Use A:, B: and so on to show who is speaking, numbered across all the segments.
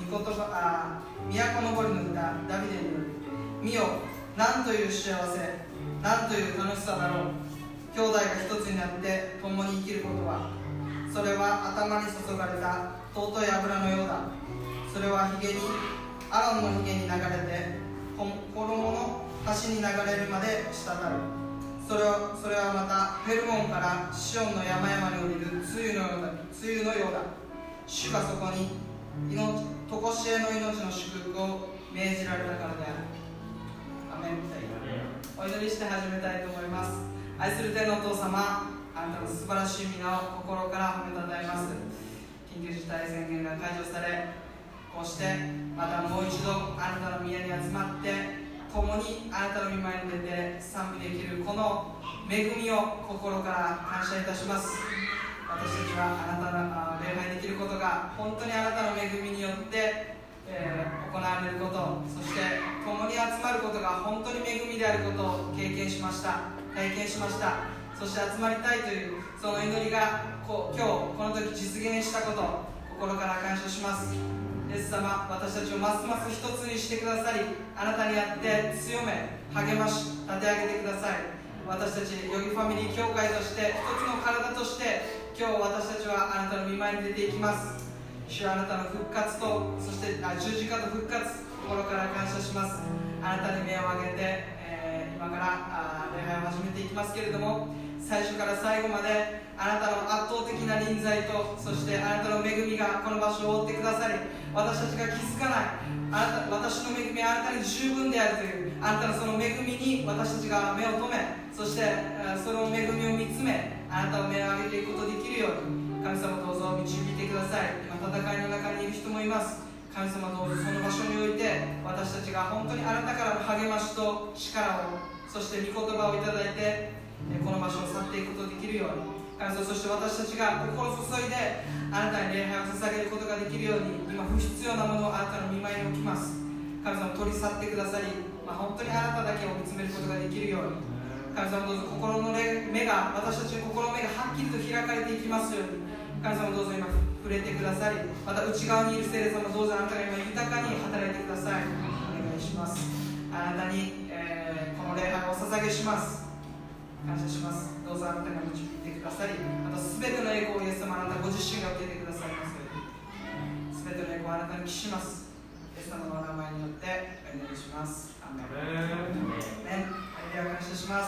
A: 都の堀の歌ダビデによる見よ、なんという幸せ、なんという楽しさだろう。兄弟が一つになって共に生きることは、それは頭に注がれた尊い油のようだ。それはアロンのひげに流れて衣の端に流れるまで滴る。それはまたヘルモンからシオンの山々に降りる露のようだ。主がそこにとこしえの命の祝福を命じられたからである。アメン。お祈りして始めたいと思います。愛する天のお父様、あなたの素晴らしい皆を心から褒めたたえます。緊急事態宣言が解除され、こうしてまたもう一度あなたの宮に集まって共にあなたの御前に出て賛美できるこの恵みを心から感謝いたします。私たちはあなたの礼拝できることが本当にあなたの恵みによって、行われること、そして共に集まることが本当に恵みであることを経験しました、体験しました。そして集まりたいというその祈りが今日この時実現したことを心から感謝します。イエス様、私たちをますます一つにしてくださり、あなたにあって強め励まし立て上げてください。私たちヨギファミリー教会として一つの体として今日私たちはあなたの御前に出ていきます。主はあなたの復活と、そして十字架の復活、心から感謝します。あなたに目を上げて、今から礼拝を始めていきますけれども、最初から最後まであなたの圧倒的な臨在と、そしてあなたの恵みがこの場所を覆ってくださり、私たちが気づかない私の恵みはあなたに十分であるというあなたのその恵みに私たちが目を留め、そしてその恵みを見つめ、あなたを目を上げていくことができるように神様どうぞ導いてください。今戦いの中にいる人もいます。神様どうぞその場所において私たちが本当にあなたからの励ましと力を、そして御言葉をいただいてこの場所を去っていくことができるように、神様そして私たちが心注いであなたに礼拝を捧げることができるように、今不必要なものをあなたの御前に置きます。神様取り去ってくださり、本当にあなただけを見つめることができるように、神様どうぞ心の目が、私たちの心の目がはっきりと開かれていきますように、神様どうぞ今触れてくださり、また内側にいる聖霊様どうぞあなたが今豊かに働いてください。お願いします。あなたに、この礼拝をお捧げします。感謝します。どうぞあなたが導いてくださり、また全ての栄光をイエス様あなたご自身が受けてくださいますように、全ての栄光をあなたに期します。イエス様のお名前によってお祈りします。アーメン。アメン。では感謝します。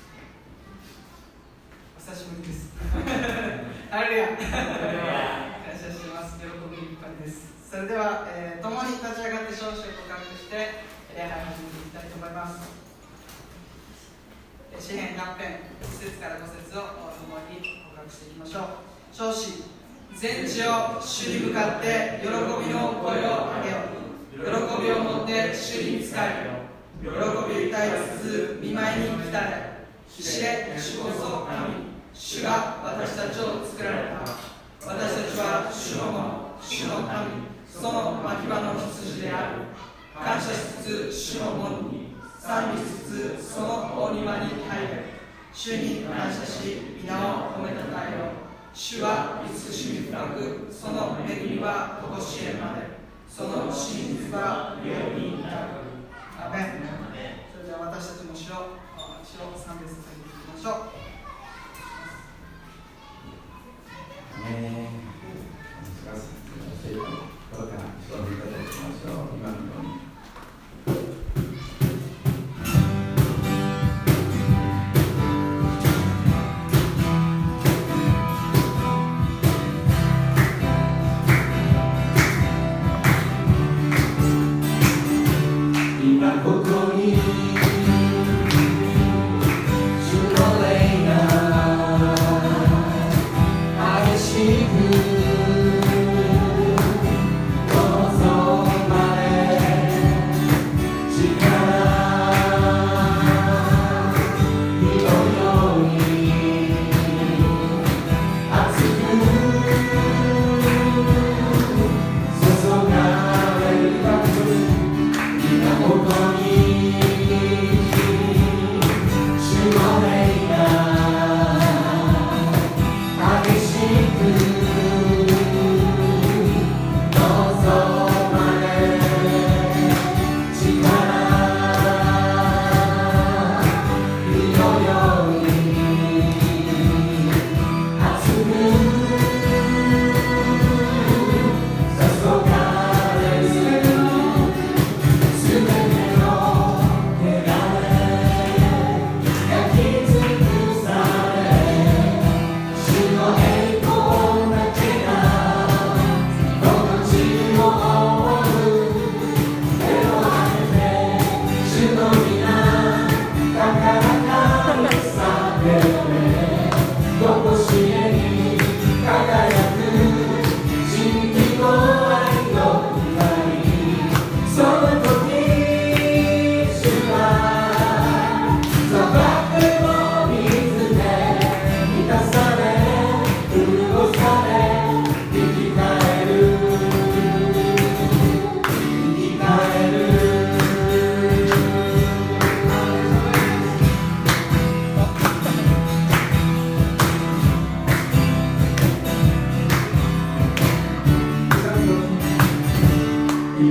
A: お久しぶりです。ハレルヤ。感謝します。喜びいっぱいです。それでは、共に立ち上がって少々告白して礼拝を始めていきたいと思います。詩編100編1節から5節を共に告白していきましょう。唱詩、全地を主に向かって喜びの声を上げよう。喜びを持って主に仕えよ。喜び歌いつつ見舞いに来たれ。知れ、主こそ神、主が私たちを作られた。私たちは主のもの、主の神、その牧場の羊である。感謝しつつ主の門に、賛美しつつその大庭に入れ。主に感謝し皆を褒めたたえよ。主は慈しみ深く、その恵みはとこしえまで、その真実は世に至る。アメン。それでは私たちも主を賛美させていきましょう。
B: どうか一緒にいただきましょう。今のように今ここに主の霊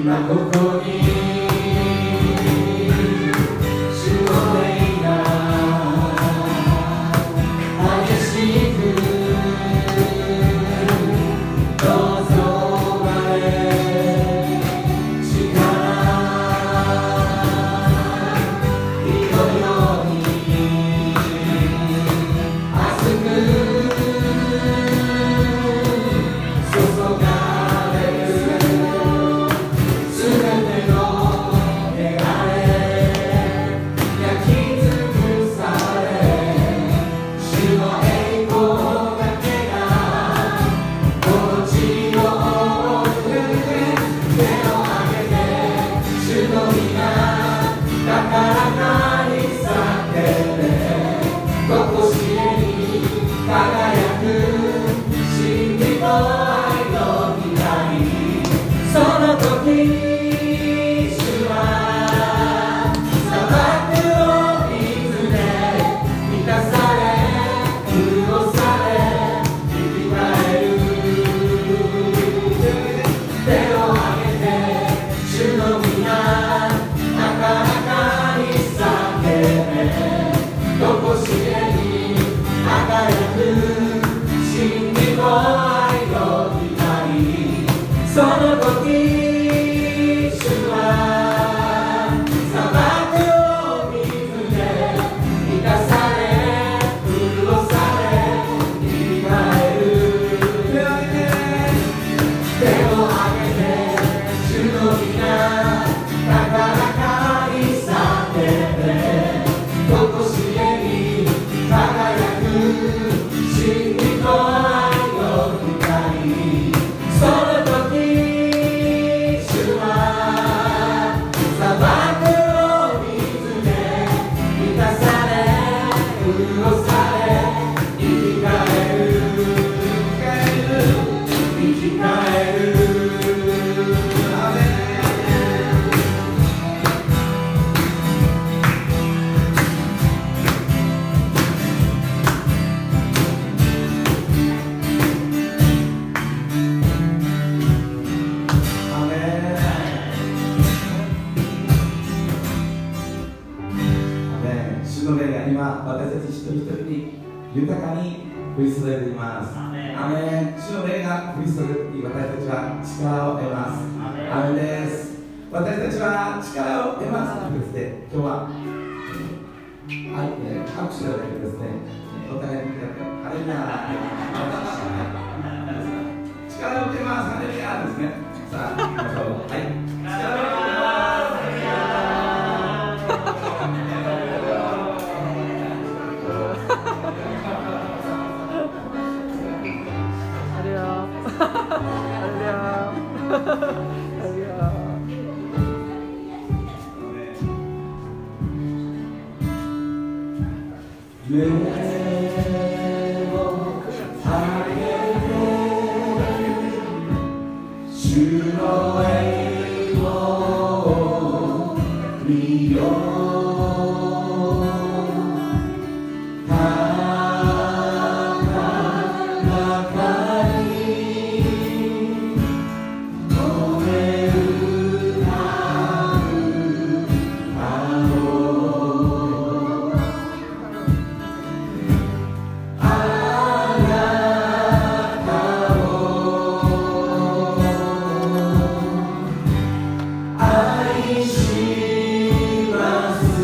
C: 愛します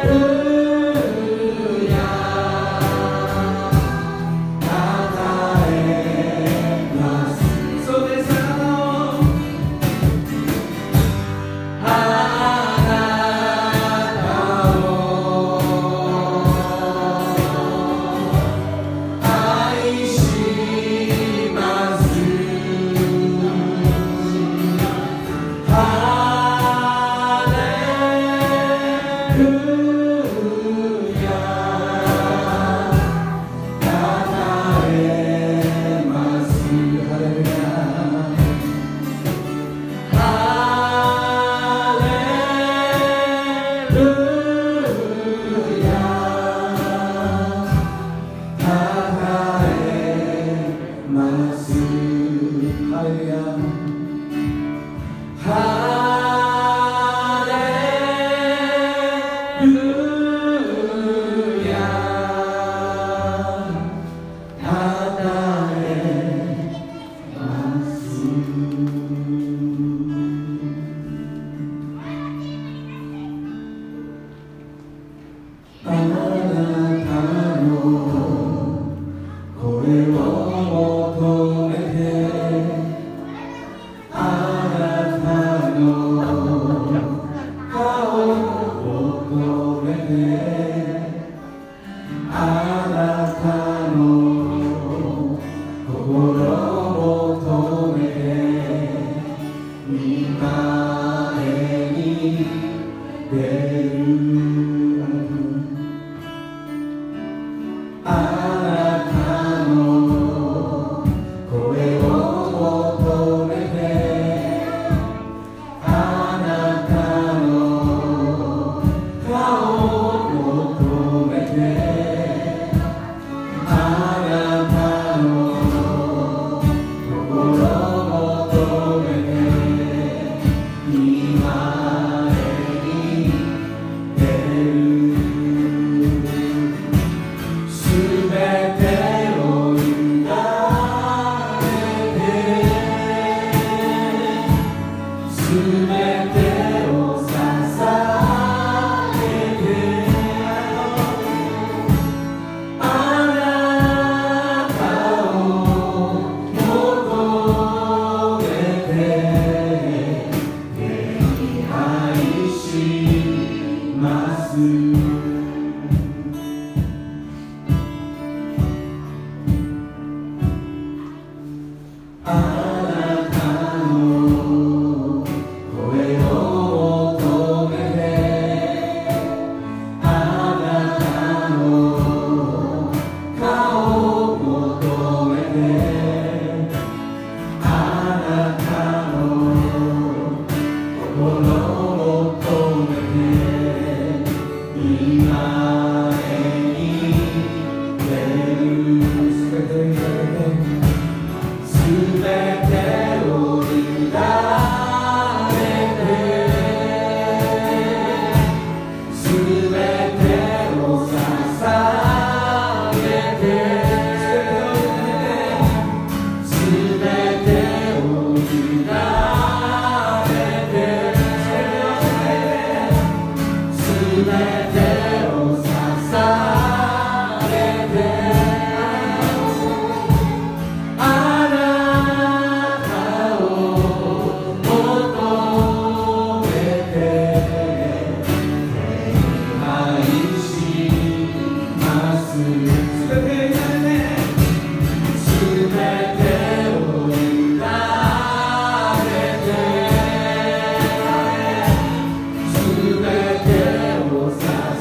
C: 「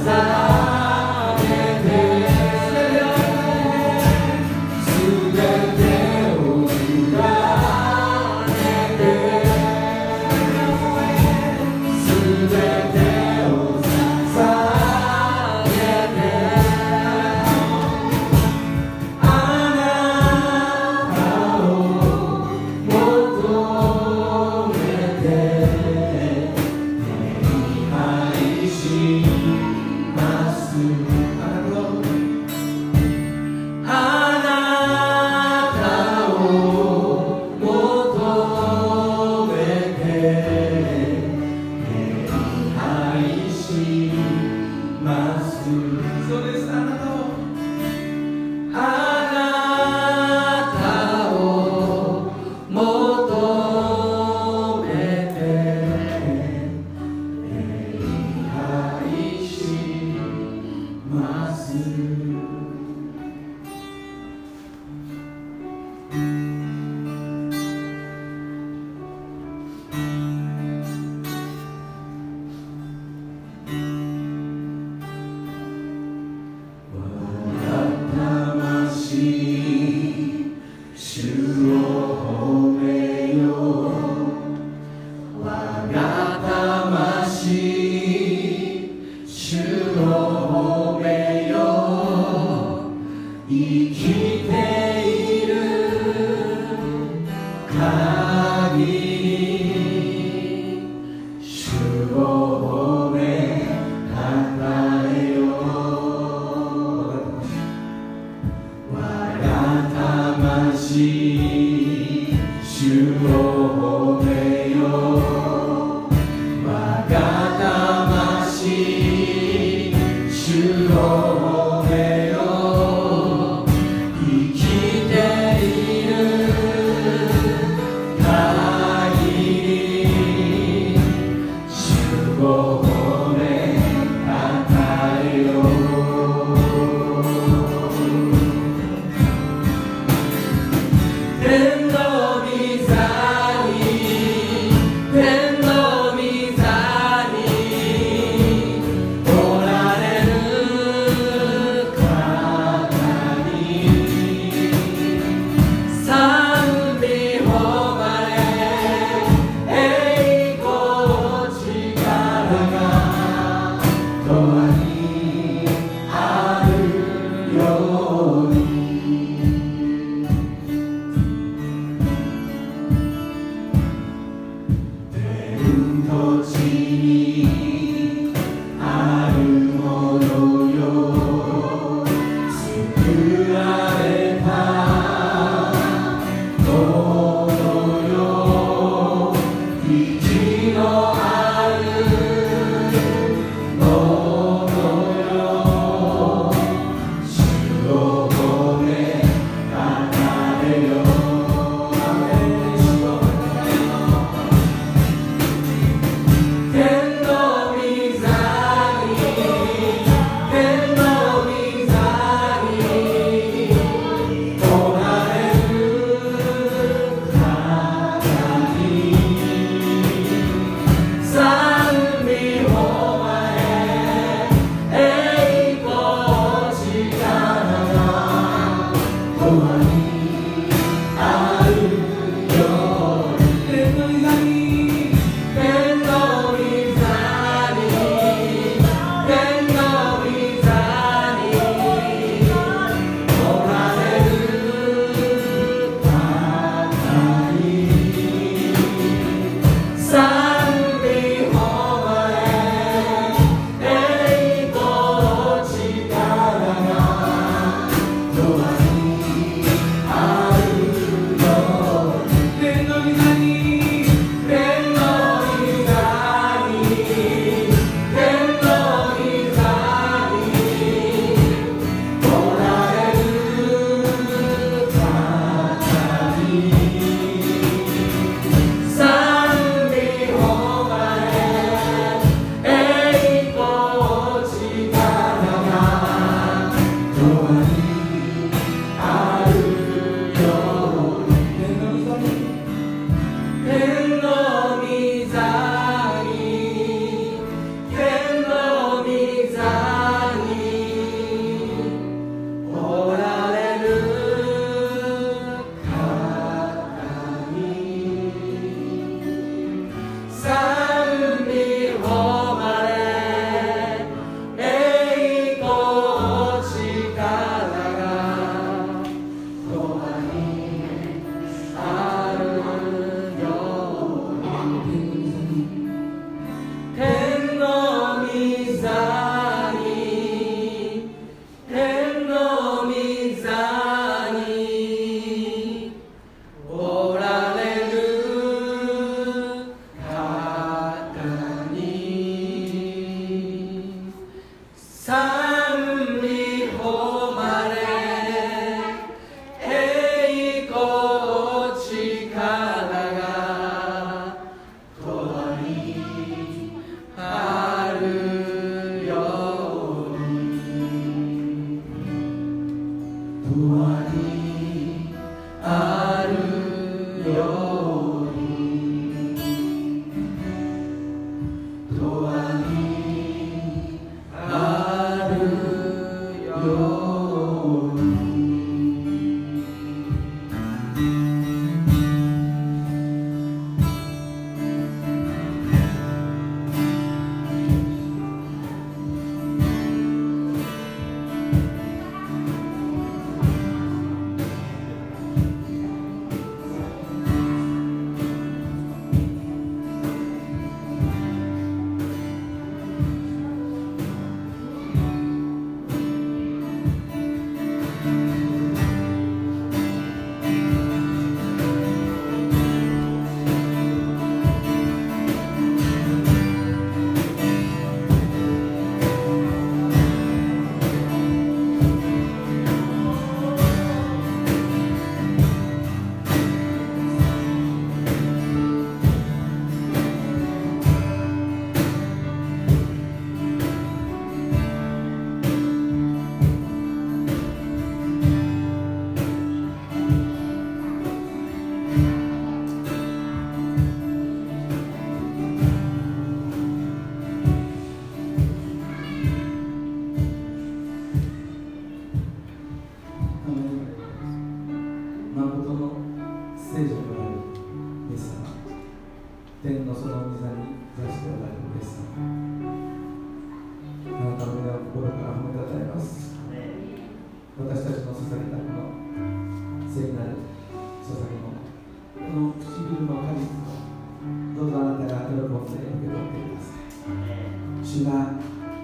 C: のある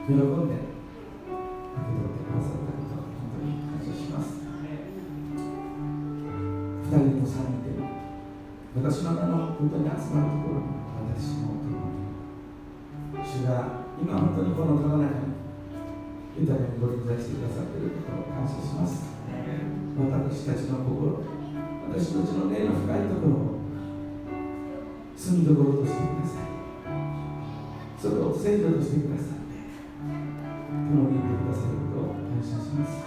B: 喜んで受け取ってくださったことを本当に感謝します。2人でも3人でも私の名の本当に集まるところに私も共に主が今本当にこの世の中に豊かにご臨在してくださっていることを感謝します。私たちの心、私たちの霊の深いところを住みどころとしてください。それを聖女としてください。共にいてくださることを感謝します。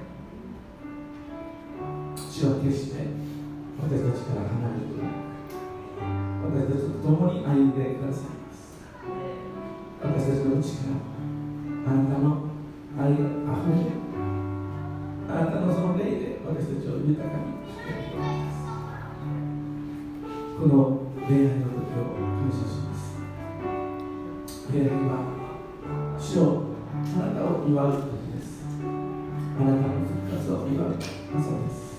B: 主は決して私たちから離れることなく、私たちと共に歩んでくださいます。私たちの内からあなたの愛があふれる、あなたのその霊で私たちを豊かにしてくださいます。この礼拝の時を感謝します。礼拝は主をあなたを祝う時です。あなたの復活を祝う朝です。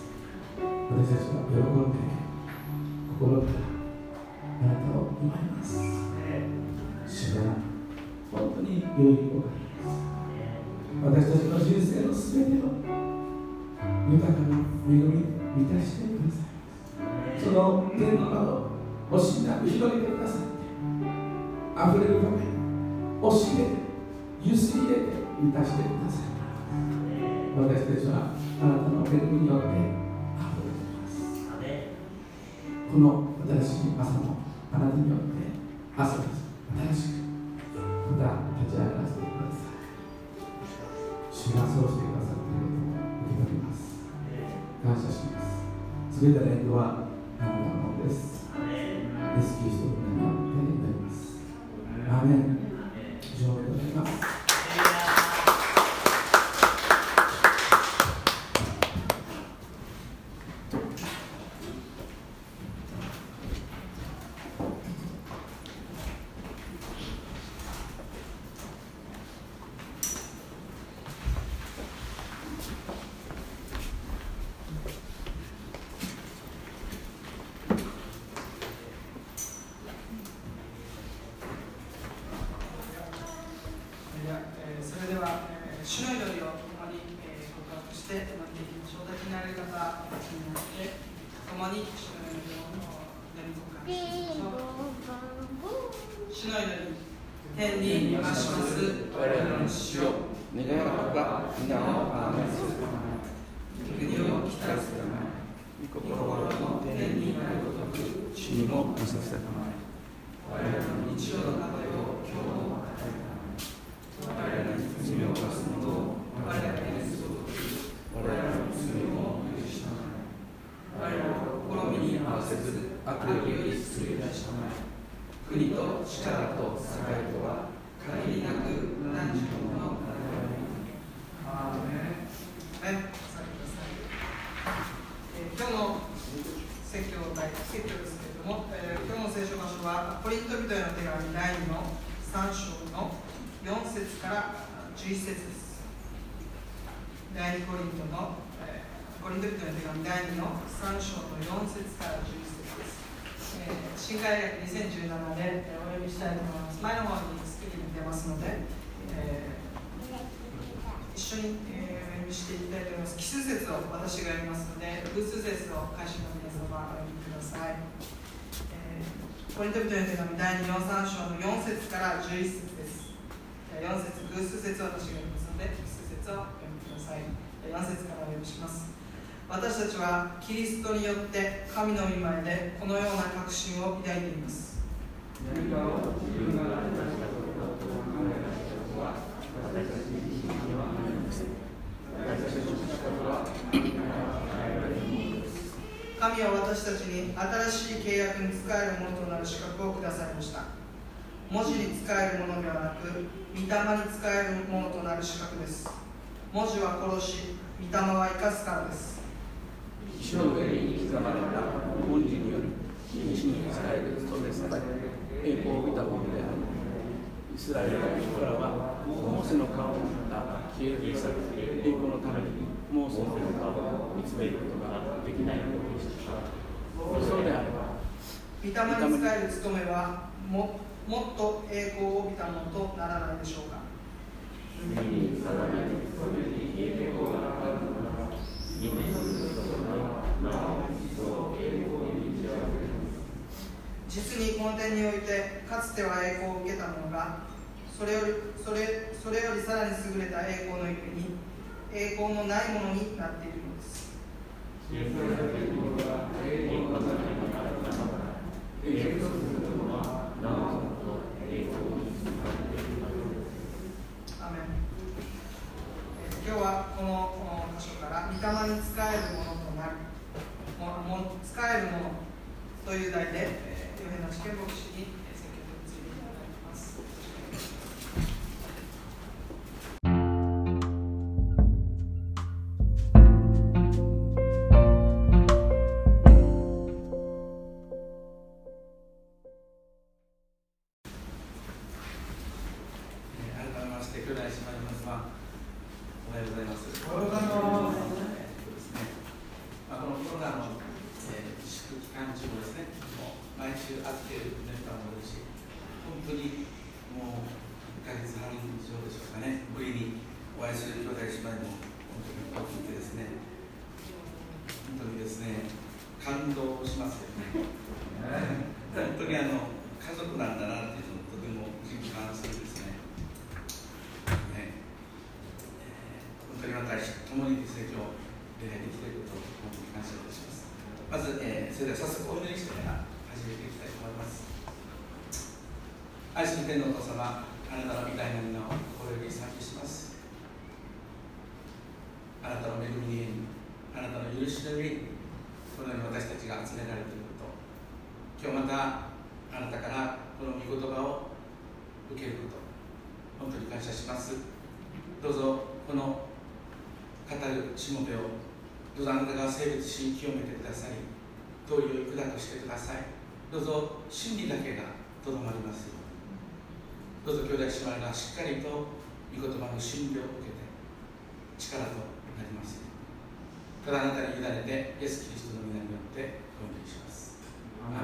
B: 私たちは喜んで心からあなたを祝います。主は本当に良いお方です。私たちの人生のすべてを豊かな恵みで満たしてください。その天の窓を惜しみなく広げてくださってあふれるため惜しげてゆすり入れて満たしてください。私たちはあなたの恵みによってあふれています。この新しい朝もあなたによって朝です新しくまた立ち上がらせてください。主がそうしてくださっていることを受け取ります。感謝します。すべての栄光はあなたのものです。イエス・キリストの名によって祈ります。アーメン。以上でございます。
A: それでは、主の祈りを共に告白して祈っていきましょう。お立ちになれる方お立ちになって共に主の祈りを祈り告白していきましょう。主の祈り、天にいまします我らの主よ、
B: 願いのが皆をあがめする
A: 国を来たすため、御心の天にあるごとく地にもなさせたまえ。我らの日曜の糧を今日も与えた。我らに罪を犯す者を我らに許すごとく我らの罪を許したまえ。我らを試みに合わせず悪より救い出したまえ。国と力と栄とは限りなく何時のものならない。アーメン。今日の説教ですけれども、今日の聖書場所はコリント人への手紙第2の3章の4節から11節です。第2コリントの、コリント人への手紙第2の3章の4節から11節です。新海訳2017でお読みしたいと思います。前の方にスクリーンに出ますので、一緒にお読みしていきたいと思います。奇数節を私が読みますので、偶数節を会社の皆様お読みください。コリント人への手紙第2の3章の4節から11節です。4節、偶数節を私が読みますので、奇数節を読みください。4節からお読みします。私たちはキリストによって神の御前でこのような確信を抱いています。何かを自分が果たしたことだと考えたことは私たち自身にはありません。私たちの力は神から与えられるものです。神は私たちに新しい契約に仕えるものとなる資格をくださいました。文字に仕えるものではなく、御霊に仕えるものとなる資格です。文字は殺し、御霊は生かすからです。
C: 石の上に刻まれた文字により、日に仕える務めされ、栄光を見たものである。イスラエルの人らは、モーセの顔を見た消えるされ、栄光のためにモーセの顔を見つめることができないのでした。そうであれば、
A: 御霊に仕える務めはもっと栄光を帯びたものとならないでしょうか。 かつては栄光を受けたものがそれよりさらに優れた栄光のゆえに栄光のないものになっているのです。アメン。今日はこの箇所から御霊に仕えるものとなる使えるものという題でヨヘナ試験牧師に説教をついていただきます。
D: 改めまして兄弟姉妹の皆様、おはようございます。
A: おはようございます。
D: このコロナの自粛期間中もですね、毎週会っているメンバーもいるし、本当にもう1ヶ月半以上でしょうかね、ぶりにお会いする兄弟姉妹も本当に多くいてですね、本当にですね、感動しますよね。本当に家族なんだなっていうのをとても実感するんですね。本当に私、共にですね、今日礼拝できていることを本当に感謝いたします。まず、それでは早速お祈りしてから始めていきたいと思います。愛する天のお父様、あなたの偉大な皆を心より賛美します。あなたの恵みに、あなたの許しの上に、このように私たちが集められていること、今日またあなたからこの御言葉を受けること、本当に感謝します。どうぞこの語るしもべをどうぞあなたが聖別し清めてください。道理を管としてください。どうぞ真理だけがとどまりますように。どうぞ兄弟姉妹がしっかりと御言葉の真理を受けて力となりますように。ただあなたに委ねてイエス・キリストの皆によってお祈りします。ア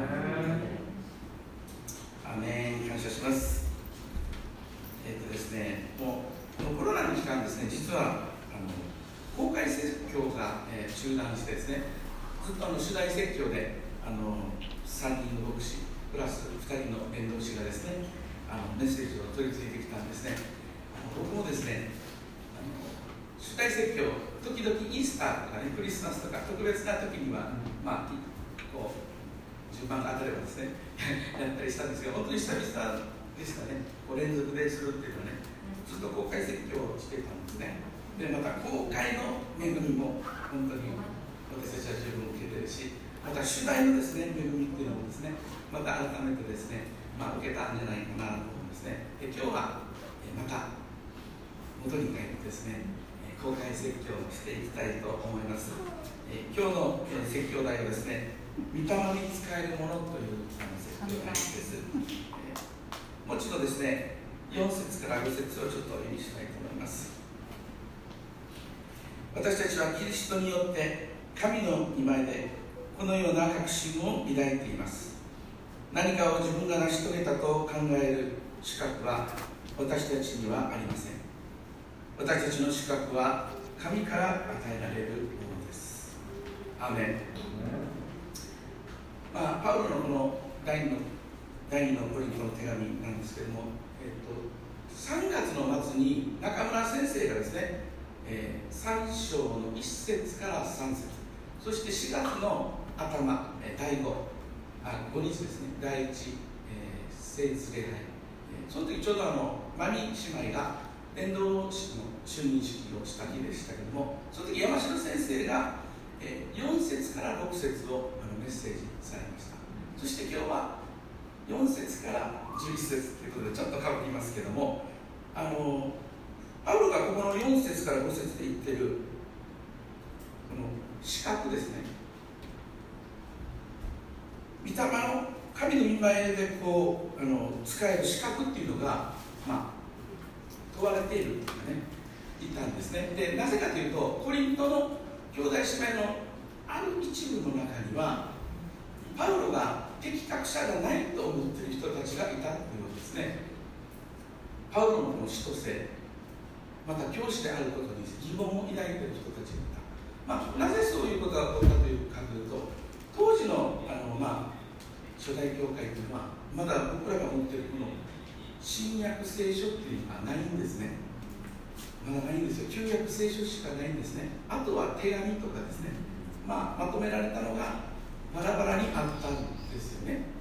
D: メン。感謝します。ですね、もうこのコロナの期間ですね、実は公開説教が、中断してですね、ずっと主題説教で3人の牧師プラス2人の伝道師がですねメッセージを取り付いてきたんですね。僕もですね主題説教、時々イースターとかね、クリスマスとか特別な時にはこう順番が当たればですねやったりしたんですが、本当に久々でしたね。こう連続でするっていうのはね、ずっと公開説教をしていたんですね。でまた公開の恵みも本当に私たちは十分受けているし、また主題のですね恵みっていうのもですね、また改めてですね、受けたんじゃないかなと思うんですね。で今日はまた元に帰ってですね、公開説教をしていきたいと思います。今日の説教題はですね、御霊に仕えるものという説教題です。もう一度ですね、4節から5節をちょっとお読みしたいと思います。私たちはキリストによって神の御前でこのような確信を抱いています。何かを自分が成し遂げたと考える資格は私たちにはありません。私たちの資格は神から与えられるものです。アーメン。パウロのこの第2のコリントの手紙なんですけれども、3月の末に中村先生がですね、3章の1節から3節、そして4月の頭、第5日ですね、第一、聖日礼拝、その時ちょうどマミ姉妹が伝道師の就任式をした日でしたけれども、その時山城先生が4節から6節をメッセージされました。そして今日は4節から11節ということでちょっとかぶりますけれども、パウロがここの4節から5節で言っているこの資格ですね、御霊の神の御前でこう使える資格っていうのが、問われているというかね、言ったんですね。でなぜかというと、コリントの兄弟姉妹のある一部の中にはパウロが的確者がないと思っている人たちがいたということですね。パウロのこの使徒性、また教師であることに疑問を抱いている人たちがいた。なぜそういうことが起こったというかというと、当時の、 初代教会というのはまだ僕らが持っているこの新約聖書っていうのがないんですね。まだないんですよ。旧約聖書しかないんですね。あとは手紙とかですね、まとめられたのがバラバラにあったんですよね。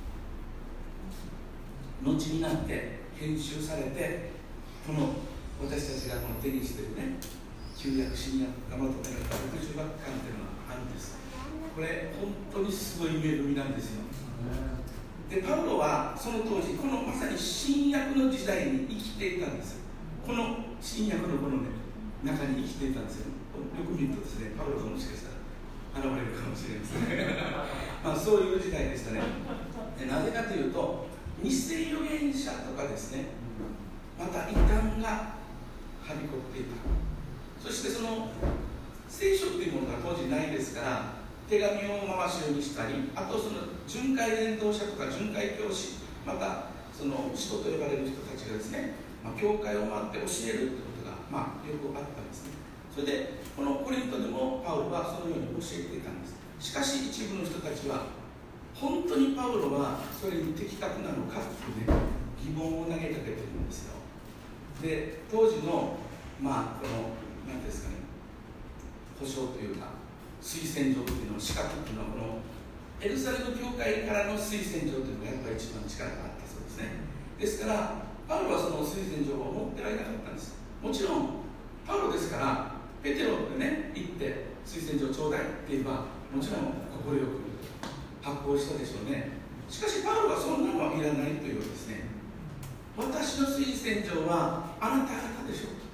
D: 後になって編集されて、この私たちがこの手にしているね、旧約新約がまとめられた60巻っていうのがあるんです。これ本当にすごい恵みなんですよ。でパウロはその当時このまさに新約の時代に生きていたんです。この新約のこの、ね、中に生きていたんですよ。よく見るとですね、パウロがもしかしたら現れるかもしれませんそういう時代でしたね。でなぜかというと、偽預言者とかですね、また異端がはびこっていた。そしてその聖書というものが当時ないですから、手紙を回し読みしたり、あとその巡回伝道者とか巡回教師、またその使徒と呼ばれる人たちがですね、教会を回って教えるということが、よくあったんですね。それでこのコリントでもパウロはそのように教えていたんです。しかし一部の人たちは本当にパウロはそれに的確なのかというね、疑問を投げかけてるんですよ。で当時のこの何ですかね、保証というか推薦状というの、資格というのはこのエルサレム教会からの推薦状というのがやっぱり一番力があったそうですね。ですからパウロはその推薦状を持ってはいなかったんです。もちろんパウロですからペテロでね行って推薦状ちょうだいって言えばもちろん快く発行したでしょうね。しかしパウロはそんなのはいらないというですね、私の推薦状はあなた方でしょう、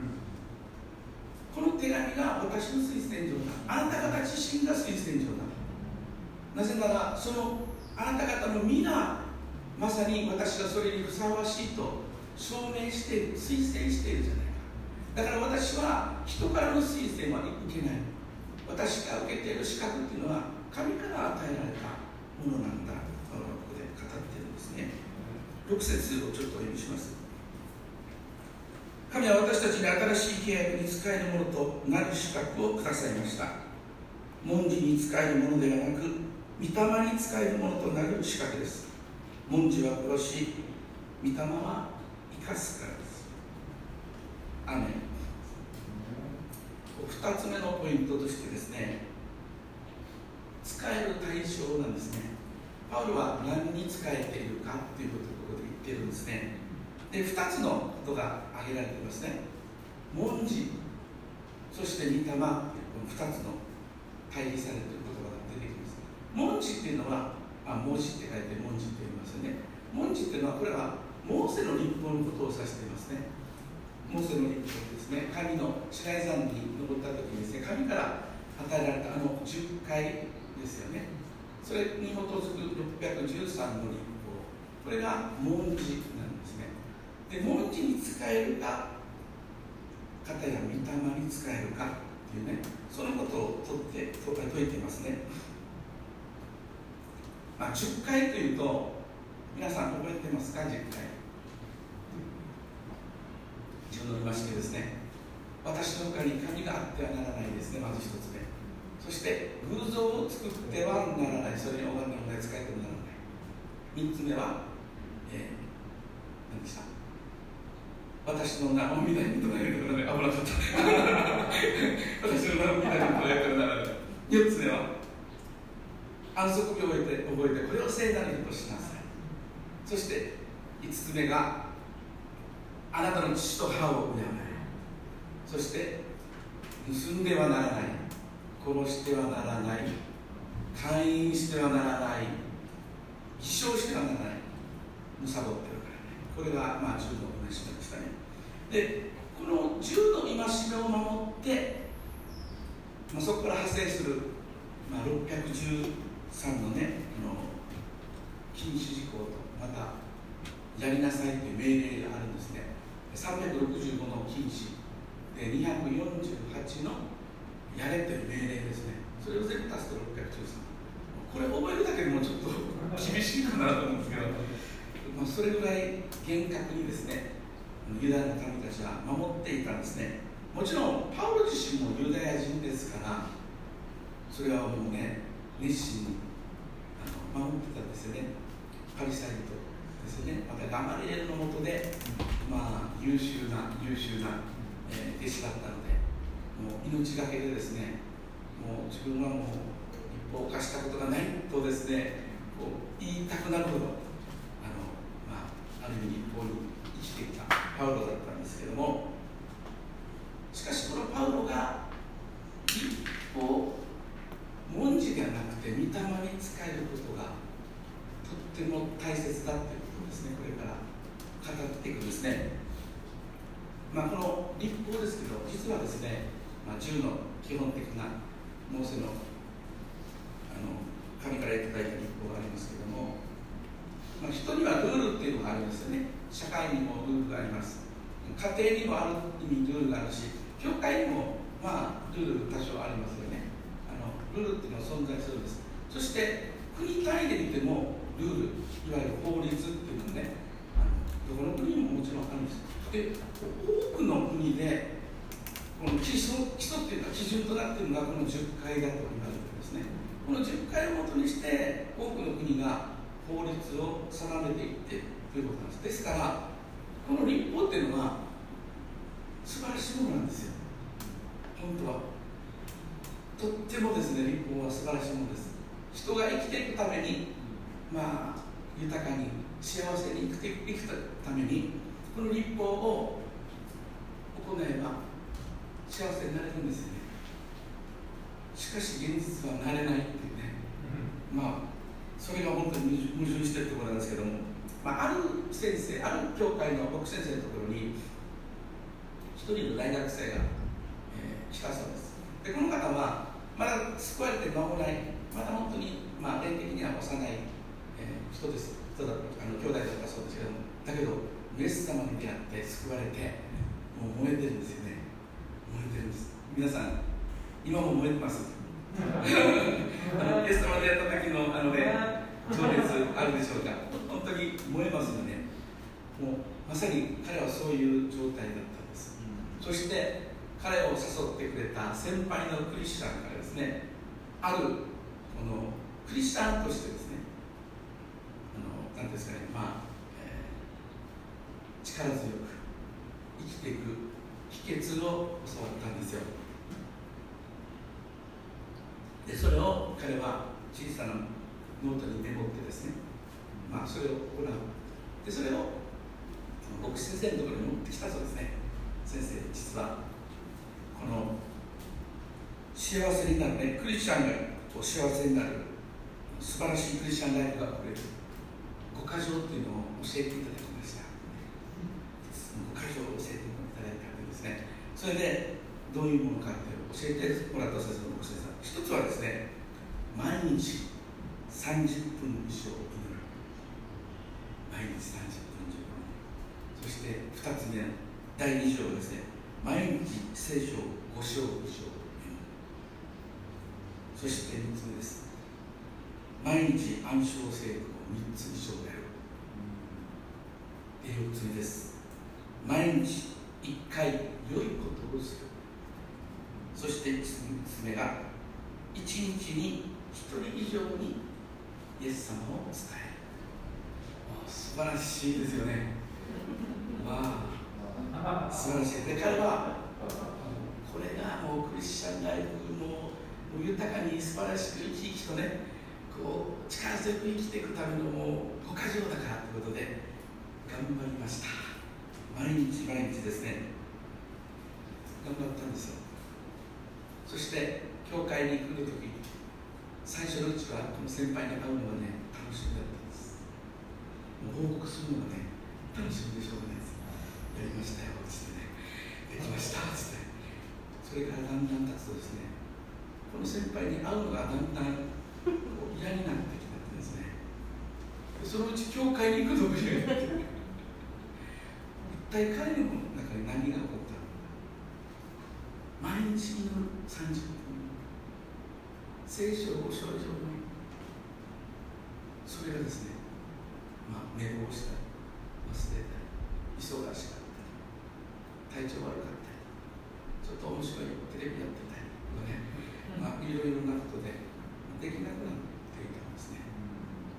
D: この手紙が私の推薦状だ、あなた方自身が推薦状だ。なぜならそのあなた方の皆まさに私がそれにふさわしいと証明している、推薦しているじゃないか。だから私は人からの推薦は受けない。私が受けている資格っていうのは神から与えられたものなんだとここで語っているんですね。6節をちょっとお読みします。神は私たちに新しい契約に仕えるものとなる資格をくださいました。文字に仕えるものではなく、御霊に仕えるものとなる資格です。文字は殺し、御霊は生かすからです。アメン。2つ目のポイントとしてですね、使える対象なんですね。パウロは何に使えているかということをここで言っているんですね。で、2つのことが挙げられていますね。文字、そして御霊、この2つの対比されている言葉が出てきます。文字っていうのは、文字って書いて文字って言いますよね。文字っていうのは、これはモーセの律法のことを指していますね。モーセの律法ですね。神のシナイ山に登った時にですね、神から与えられた10回ですよね。それに基づく613の律法、これが文字なんですね。で、文字に使えるか、方や御霊に使えるかというね、そのことを説いていますね。10回というと、皆さん覚えてますか？ 10 回。自分の言いましてですね、私の他に神があってはならないですね、まず一つ目。そして偶像を作ってはならない、それに拝んでもない、使えてもならない。3つ目は、何でした？私の名を皆に唱えるからね、危なかった私の名を皆に唱えるからならない。4つ目は安息日を覚えてこれを聖なる日としなさい。そして5つ目があなたの父と母を敬え。そして盗んではならない、殺してはならない、姦淫してはならない、偽証してはならない、貪ってるからね。これが10の戒めでしたね。で、この10の戒めを守って、そこから派生する、613のね、禁止事項と、またやりなさいという命令があるんですね。365の禁止で248のやれという命令ですね。それを全部足すと613。これ覚えるだけでもちょっと厳しいかなと思うんですけど、それぐらい厳格にですね、ユダヤの民たちは守っていたんですね。もちろんパウロ自身もユダヤ人ですから、それはもうね、熱心に守ってたんですよね。パリサイ人ですよね。またガマリエルのもとで、優秀な、弟子だったので、もう命がけでですね、もう自分はもう立法を犯したことがないとですね、こう言いたくなるほどある意味立法に生きてきたパウロだったんですけども、しかしこのパウロが立法文字ではなくて御霊に仕えることがとっても大切だということですね。これから語っていくんですね。この立法ですけど、実はですね、10の基本的なモーセの神からいただいた立法がありますけども、人にはルールっていうのがありますよね。社会にもルールがあります。家庭にもある意味ルールがあるし、教会にもルール多少ありますよね。ルールっていうのは存在するんです。そして国単位で見てもルール、いわゆる法律っていうのもね、どこの国にももちろんあるんです。で、多くの国でこの基礎っていうか基準となっているのがこの10回だと言われていますね。この10回をもとにして多くの国が法律を定めていっているということなんです。ですからこの立法っていうのは素晴らしいものなんですよ。本当はとってもですね、立法は素晴らしいものです。人が生きていくために、豊かに幸せに生きていくためにこの立法を行えば幸せになれるんですよね。しかし現実はなれないっていうね、それが本当に矛盾しているところなんですけども、ある先生、ある教会の牧先生のところに一人の大学生が、来たそうです。で、この方はまだ救われて間もない、まだ本当に、霊的には幼い、人です。兄弟だったそうですけども、だけどイエス様に出会って救われて、もう燃えてるんですよね。燃えてるんです。皆さん今も燃えてます。イエス様に出会った時の情熱あるでしょうか。本当に燃えますよね。もうまさに彼はそういう状態だったんです。そして彼を誘ってくれた先輩のクリスチャンからですね、あるこのクリスチャンとしてですね、何ですかね、力強く生きていく秘訣を教わったんですよ。で、それを彼は小さなノートにメモってですね、それを行う。で、それを牧師先生のところに持ってきたそうですね。先生、実はこの幸せになるね、クリスチャンが幸せになる素晴らしいクリスチャンライフが送れる5箇条というのを教えていただきました。5箇条を教えていただいたわけですね。それでどういうものかって教えてもらった先生の牧師さん、一つはですね、毎日30分以上祈る。毎日30分以上。そして2つ目、第2条はですね、毎日聖書を5章以上読む。そして3つ目です、毎日暗唱聖句を3つ以上やる。で、4つ目です、毎日1回良いことをする。そして5つ目が、1日に1人以上にイエス様を伝える。素晴らしいですよね。素晴らしい。で、彼はこれがもうクリスチャンライフも豊かに素晴らしく生き生きとね、こう力強く生きていくためのもう5箇条だからということで頑張りました。毎日毎日ですね、頑張ったんですよ。そして教会に来るとき、最初のうちはこの先輩に会うのがね、楽しみだったんです。もう報告するのがね、楽しみでしょうがないです。やりましたよつってね、できましたつって。それからだんだん経つとですね、この先輩に会うのがだんだん嫌になってきたんですね。で、そのうち教会に行くのも嫌になって、一体彼の中に何が起こったのか。毎日祈る30分、聖書を5章以上に、それがですね、寝坊したり忘れたり忙しかったり体調悪かったり、ちょっと面白いテレビやってたりとかね、いろいろなことでできなくなっていたんですね。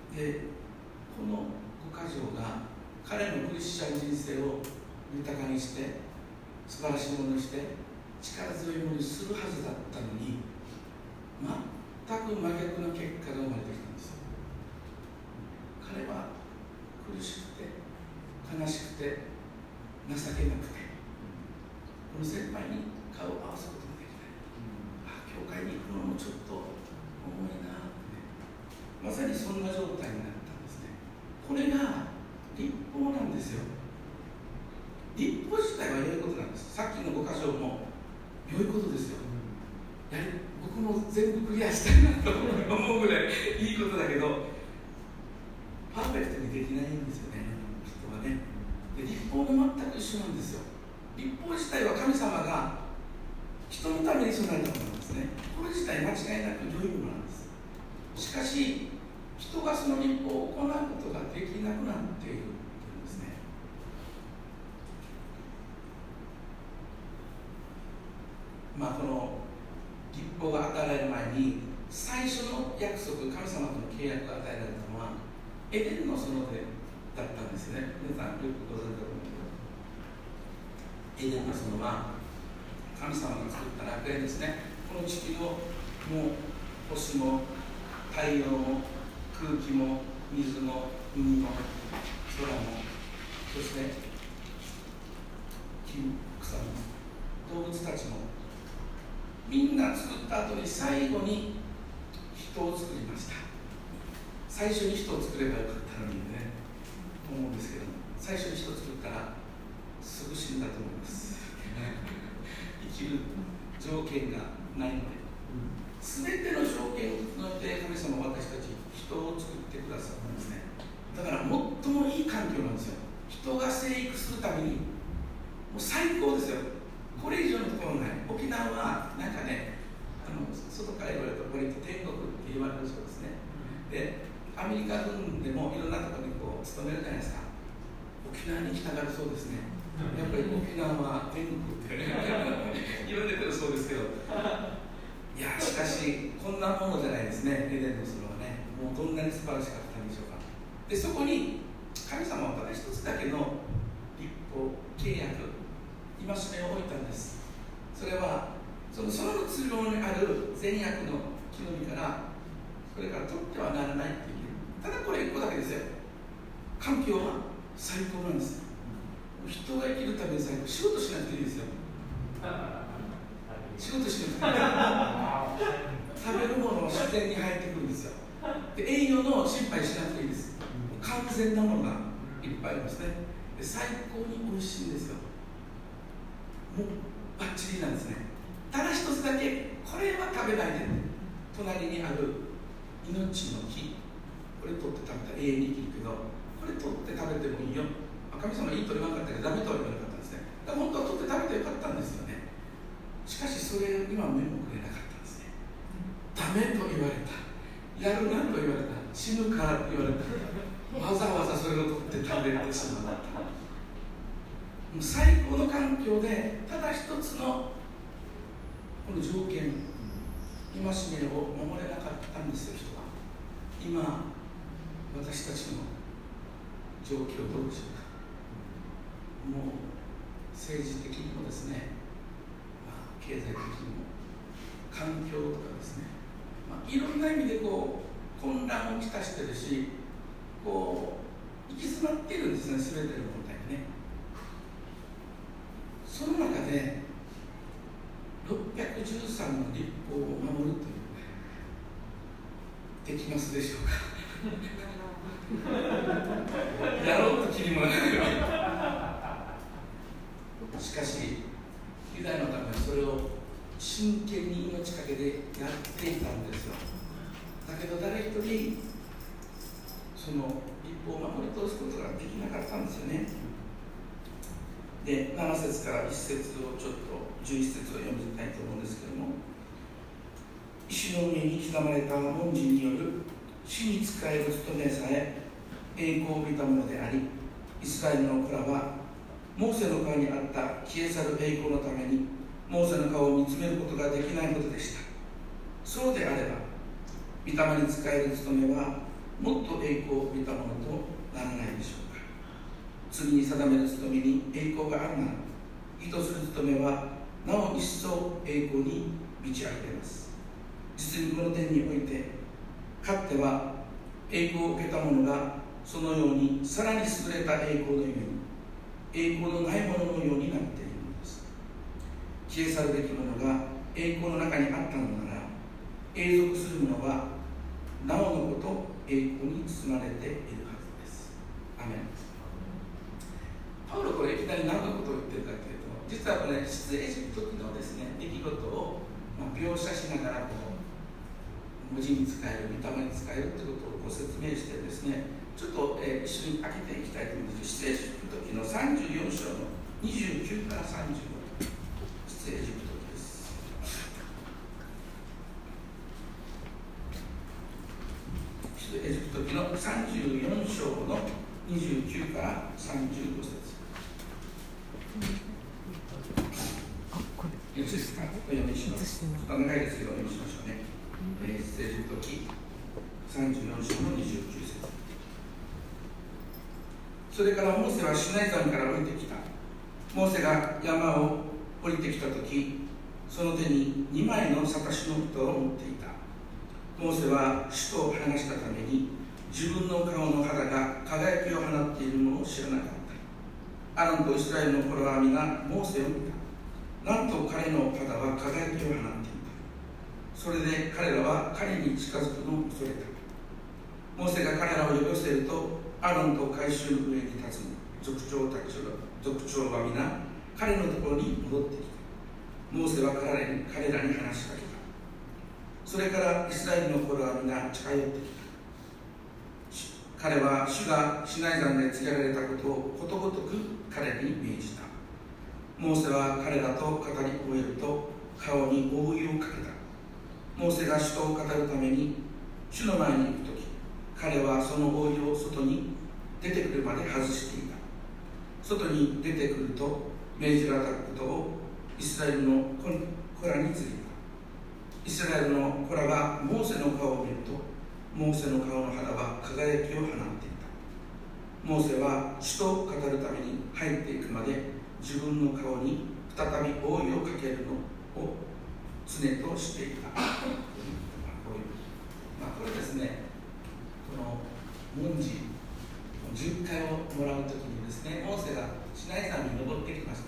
D: でこの5箇条が彼のクリスチャン人生を豊かにして素晴らしいものにして力強いものにするはずだったのに、全く真逆の結果が生まれてきたんですよ。彼は苦しくて悲しくて情けなくて、この先輩に顔を合わすこともできない、教会に行くのもちょっと重いなって、まさにそんな状態になったんですね。これが立法なんですよ。立法自体は良いことなんです。さっきの5箇条も良いことですよ。僕も全部クリアしたいなと思うぐらいいいことだけど、パーフェクトにできないんですよね、人はね。で、立法も全く一緒なんですよ。立法自体は神様が人のために備えたものなんですね。これ自体間違いなく良いものなんです。しかし人がその立法を行うことができなくなっているんですね。この立法が与えられる前に最初の約束、神様との契約が与えられたのはエデンの園でだったんですよね。皆さんよくご存知だと思うけど、エデンの園は神様が作った楽園ですね。この地球をもう星も太陽も空気も水も海も空も、そして木も草も動物たちもみんな作った後に最後に人を作りました。最初に人を作ればよかったのにね、思うんですけども、最初に人を作ったらすぐ死んだと思います生きる条件がないので、全ての条件を整えて神様は私たち人を作ってくださったんですね。だから最もいい環境なんですよ。人が生育するためにもう最高ですよ。これ以上のところない。沖縄はなんかね、外から言われると割と天国って言われるそうですね。で、アメリカ軍でもいろんなところにこう勤めるじゃないですか。沖縄に来たがるそうですね。やっぱり沖縄は天国って言われてるそうですけど、いやしかしこんなものじゃないですね。エデンの園はね、もうどんなに素晴らしかったんでしょうか。で、そこに神様はただ一つだけの立法、契約、戒めを置いたんです。それはその園の通路にある善悪の木の実からそれから取ってはならないっていう、ただこれ1個だけですよ。環境は最高なんです。人が生きるために最高。仕事しなくていいですよ。仕事しなくていいです食べるものは自然に入ってくるんですよ。で、栄養の心配しなくていいです。完全なものがいっぱいありますね。で、最高に美味しいんですよ。もうバッチリなんですね。ただ一つだけ、これは食べないで、隣にある命の木、これ取って食べたら永遠に生きるけど、これ取って食べてもいいよ。神様いいと言わなかったけどダメとは言わなかったんですね。だから本当は取って食べてよかったんですよね。しかしそれには目もくれなかったんですね。ダメと言われた、やるなと言われた、死ぬからと言われた、わざわざそれを取って食べてしまった。もう最高の環境でただ一つのこの条件、戒めを守れなかったんですよ、人は。今私たちの状況どうでしょうか。もう政治的にもですね、経済的にも環境とかですね、いろんな意味でこう混乱をきたしてるし、こう行き詰まっているんですね、全ての問題がね。その中で613の立法を守るという、できますでしょうかやろうと気にもならないしかしユダヤのためにそれを真剣に命かけてやっていたんですよ。だけど誰一人その立法を守り通すことができなかったんですよね。で、7節から1節をちょっと11節を読みたいと思うんですけども、石の上に刻まれた文字による死に仕える務めさえ栄光を帯びたものであり、イスラエルの子らはモーセの顔にあった消え去る栄光のためにモーセの顔を見つめることができないことでした。そうであれば御霊に仕える務めはもっと栄光を帯びたものとならないでしょうか。次に定める務めに栄光があるなら、意図する務めはなお一層栄光に満ち溢れます。実にこの点において、かつては栄光を受けた者がそのようにさらに優れた栄光のように、栄光のないもののようになっているのです。消え去るべきものが栄光の中にあったのなら、永続するものはなおのこと栄光に包まれているはずです。アメン。パウロ、これいきなり何のことを言っているかというと、実はこれ出エジプト記のですね、出来事を描写しながら文字に使える、御霊に使えるということをご説明してですね、ちょっと、一緒に開けていきたいと思います。出エジプト記の34章の29から35、出エジプト記です。出エジプト記の34章の29から35節。いつですか？お読みします。長いですけどお読みしましょうね。出エジプト記34章の29節。それからモーセはシナイ山から降りてきた。モーセが山を降りてきたとき、その手に2枚のサタシの蓋を持っていた。モーセは首都を離したために、自分の顔の肌が輝きを放っているのを知らなかった。アロンとイスラエルの子ら皆モーセを見た。なんと彼の肌は輝きを放っていた。それで彼らは彼に近づくのを恐れた。モーセが彼らを呼び寄せると、アロンと改宗の上に立つ族長は皆彼のところに戻ってきた。モーセは彼らに話しかけた。それからイスラエルの子らは皆近寄ってきた。彼は主がシナイ山で告げられたことをことごとく彼に命じた。モーセは彼らと語り終えると顔に覆いをかけた。モーセが主と語るために主の前に行くとき、彼はその覆いを外に出てくるまで外していた。外に出てくると命じられたことをイスラエルの子らに告げた。イスラエルの子らがモーセの顔を見ると、モーセの顔の肌は輝きを放っていた。モーセは主と語るために入っていくまで自分の顔に再び覆いをかけるのを常としていた。これですね、この文字10回をもらうときにですね、モーセがシナイ山に登ってきました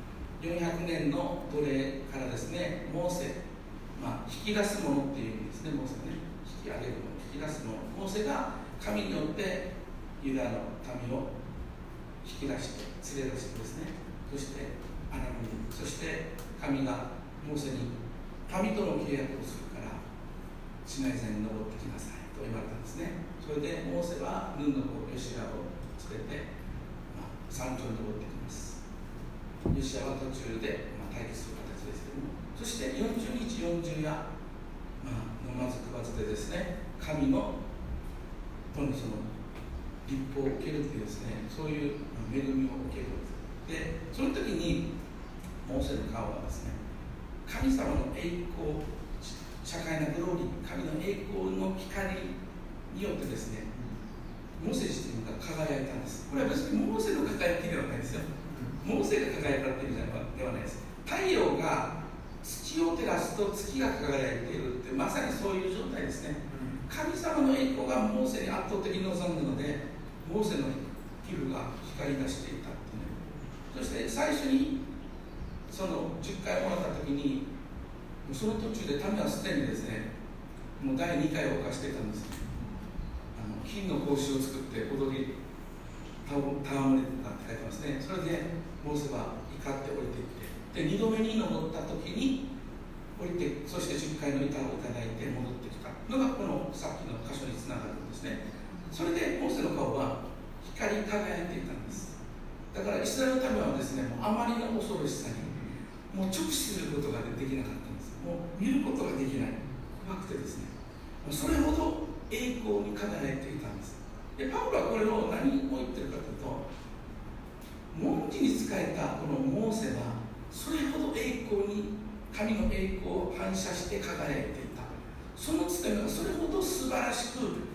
D: 。400年の奴隷からですね、モーセ、引き出すものっていう意味ですね。モーセがね、引き上げるもの、引き出すもの。モーセが神によってユダの民を引き出して連れ出してですね、そしてアラムに、そして神がモーセに民との契約をするからシナイ山に登ってきなさいと言われたんですね。それでモーセはヌンの子ヨシアを連れて、山頂に登ってきます。ヨシアは途中で、待機する形ですけども、そして40日40夜、飲まず食わずでですね、神のその立法を受けるというですね、そういう恵みを受ける。で、その時にモーセの顔はですね、神様の栄光、社会のグローリー、神の栄光の光によってですね、モーセ自身が輝いたんです。これは別にモーセの輝きではないですよ。モーセが輝いたっていう意味ではないです。太陽が月を照らすと月が輝いているってまさにそういう状態ですね。神様の栄光がモーセに圧倒的に臨んだので、モーセの皮膚が光り出していたってね。そして最初にその10回もらった時に、その途中で民はすでにですね、もう第2回を犯していたんです。金の格子を作って踊り戯れてたって書いてますね。それでモーセは怒って降りていって、で2度目に登った時に降りて、そして10回の板をいただいて戻ってきたのがこのさっきの箇所につながるんですね。それでモーセの顔は光り輝いていたんです。だからイスラエルの民はですね、もうあまりの恐ろしさにもう直視することができなかったんです。もう見ることができない、怖くてですね、それほど栄光に輝いていたんです。でパウロはこれを何を言ってるかというと、文字に仕えたこのモーセはそれほど栄光に、神の栄光を反射して輝いていた。その務めがそれほど素晴らしく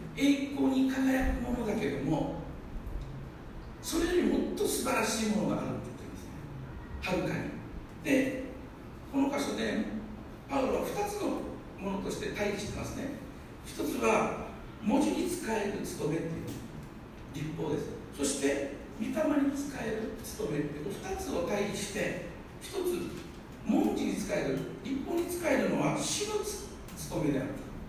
D: 栄光に輝くものだけども、それよりもっと素晴らしいものがあるって言ってるんですね、はるかに。で、この箇所でパウロは2つのものとして対比してますね。一つは文字に使える務めっていう立法です。そして御霊に使える務めっていう2つを対比して、一つ文字に使える、立法に使えるのは死の務めである、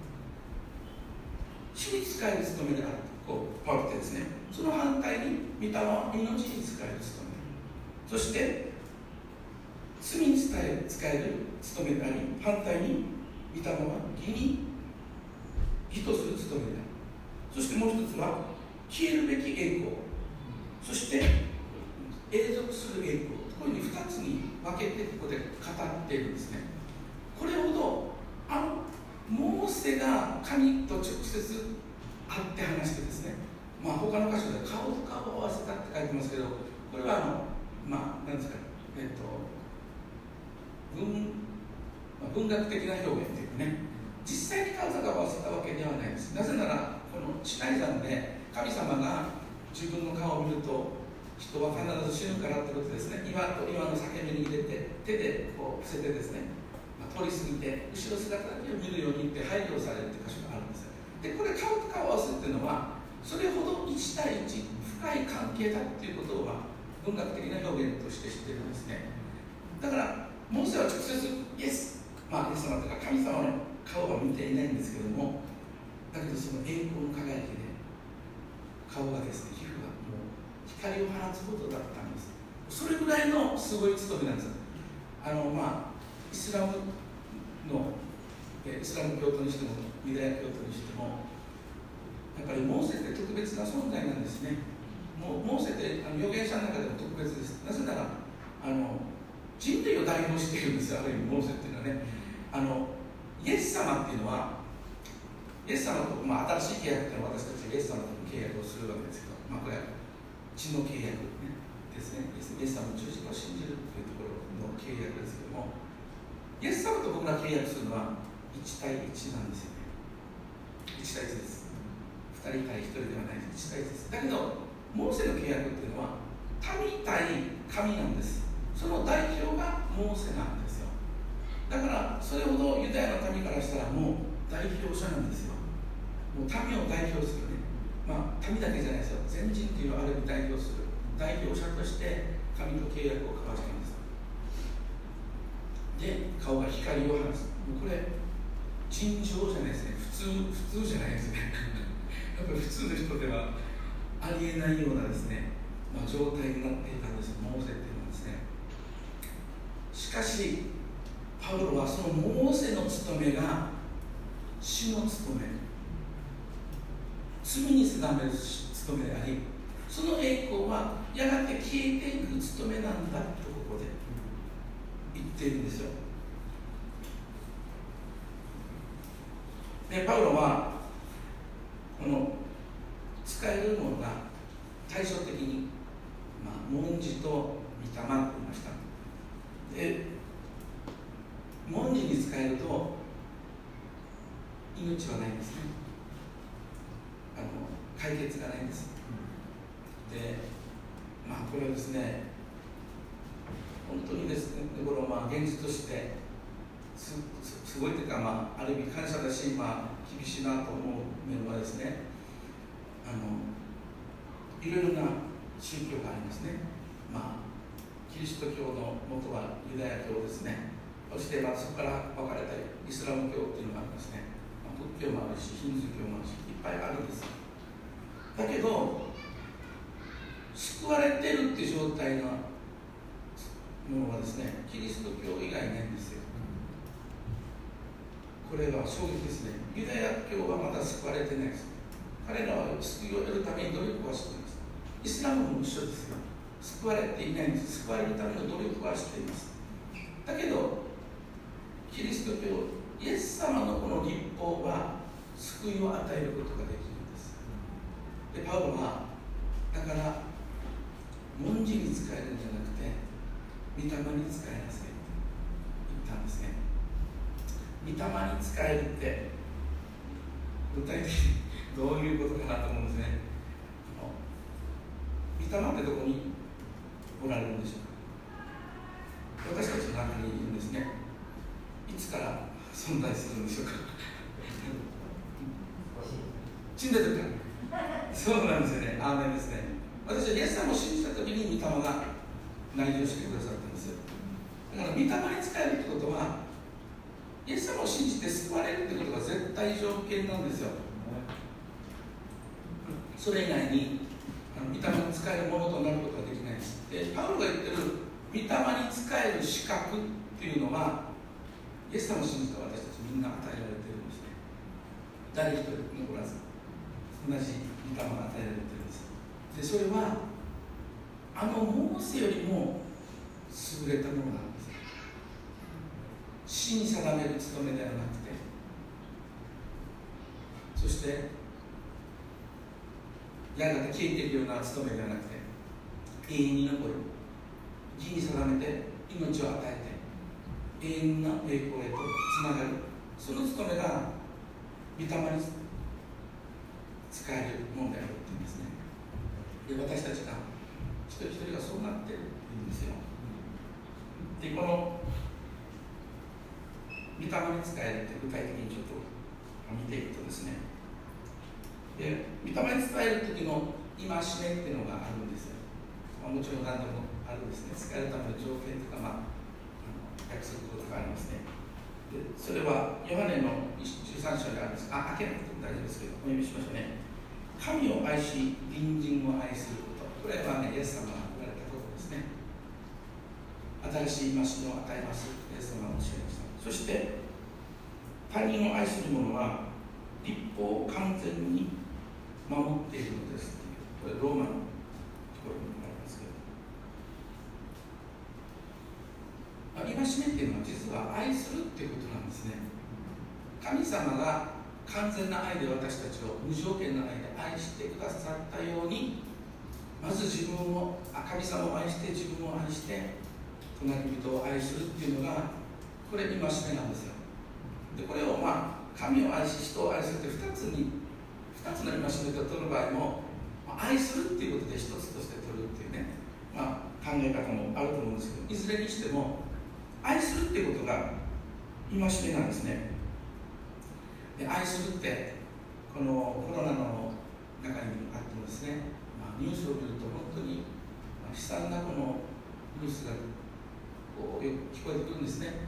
D: 死に使える務めであるとパウロってですね、その反対に御霊は命に使える務め、そして罪に使える務めであり、反対に御霊は義に義とする務めである。そしてもう一つは消えるべき栄光、そして永続する栄光、こういうふうに2つに分けてここで語っているんですね。これほどモーセが神と直接会って話してですね、他の箇所で顔と顔を合わせたって書いてますけど、これは何ですか、文学的な表現というかね、実際に顔と顔を合わせたわけではないです。なぜならこのシナイ山で神様が自分の顔を見ると人は必ず死ぬからということですね。岩と岩の裂け目に入れて手でこう伏せてですね、通り過ぎて後ろ姿だけを見るようにって配慮されるって箇所があるんです。でこれ顔と顔を合わせっていうのはそれほど1対1深い関係だっていうことは文学的な表現として知ってるんですね。だからモーセは直接イエス様というか神様の顔は見ていないんですけども、だけどその栄光の輝きで顔がですね、皮膚がもう光を放つことだったんです。それぐらいのすごい務めなんです。イスラム教徒にしてもユダヤ教徒にしてもやっぱりモーセって特別な存在なんですね。モーセって預言者の中でも特別です。なぜなら人類を代表しているんですよ、ある意味モーセっていうのはね。イエス様っていうのはイエス様と、新しい契約っていうのは私たちイエス様との契約をするわけですけど、これは血の契約、ですね。イエス様の十字架を信じるというところの契約ですけども、イエス様と僕ら契約するのは1対1なんですよね。1対1です。2人対1人ではないです。1対1です。だけどモーセの契約っていうのは民対神なんです。その代表がモーセなんですよ。だからそれほどユダヤの民からしたらもう代表者なんですよ。もう民を代表するね、民だけじゃないですよ、全人というある意味代表する代表者として神と契約を交わしています。で顔が光を放つ、もうこれ尋常じゃないですね、普通じゃないですねやっぱり普通の人ではありえないようなですね、状態になっていたんです、モーセっていうのはですね。しかしパウロはそのモーセの務めが死の務め、罪に定める務めであり、その栄光はやがて消えていく務めなんだとここで言っているんですよ。でパウロはこの使えるものが対照的に、文字と御霊と言いました。で文字に使えると命はないんですね。解決がないんです。でこれはですね、本当にですね、これを現実としてすごいというか、ある意味感謝だし、厳しいなと思う面はですね、いろいろな宗教がありますね。キリスト教の元はユダヤ教ですね。そしてそこから分かれたイスラム教っていうのがありますね。仏教もあるし、ヒンズー教もあるし、いっぱいあるんです。だけど救われてるっていう状態のものはですね、キリスト教以外ないんですよ。これは衝撃ですね。ユダヤ教はまだ救われてないです。彼らは救いを得るために努力はしています。イスラムも一緒ですよ。救われていないんです。救われるための努力はしています。だけどキリスト教、イエス様のこの律法は救いを与えることができるんです。でパウロはだから文字に使えるんじゃなくて御霊に使えなさいと言ったんですね。御霊に使えるって具体的にどういうことかなと思うんですね。御霊ってどこにおられるんでしょうか。私たちの中にいるんですね。いつから存在するんでしょうか。死んだ時から。そうなんですよね。アーメンですね。私はイエス様を信じた時に御霊が内住してくださったんですよ。だから御霊に仕えるってことは、イエス様を信じて救われるってことが絶対条件なんですよ。それ以外に御霊に仕えるものとなることはできないです。で、パウロが言ってる御霊に仕える資格っていうのは、イエス様を信じた私たちみんな与えられてるんですね。誰一人残らず、同じ御霊が与えられてるんです。で、それはモーセよりも優れたものなんです。死に定める務めではなくて、そしてやがて消えていくような務めではなくて、永遠に残る、義に定めて命を与えて永遠な栄光へとつながる、その務めが御霊に使えるものであるというんですね。で、私たちが一人一人がそうなっているんですよ。で、この御霊に使えるって具体的にちょっと見ていくとですね、で、御霊に伝える時の戒めっていうのがあるんですよ。もちろん何でもあるんですね。使えるための条件とか、約束とかありますね。で、それはヨハネの13章にあるんです。開けなくても大丈夫ですけど、お読みしましょうね。神を愛し、隣人を愛すること。これはね、イエス様が言われたことですね。新しい戒めを与えます。イエス様が教えました。そして、他人を愛する者は、律法を完全に守っているのですという、これローマのところにありますけど、戒めっていうのは実は愛するっていうことなんですね。神様が完全な愛で私たちを無条件の愛で愛してくださったように、まず自分を、神様を愛して自分を愛して隣人を愛するっていうのが、これ戒めなんですよ。で、これを神を愛し人を愛するって2つの戒めと取る場合も、愛するっていうことで一つとして取るっていうね、考え方もあると思うんですけど、いずれにしても愛するっていうことが戒めなんですね。で、愛するってこのコロナの中にあってもですね、ニュースを見ると本当に悲惨なこのニュースがこうよく聞こえてくるんですね。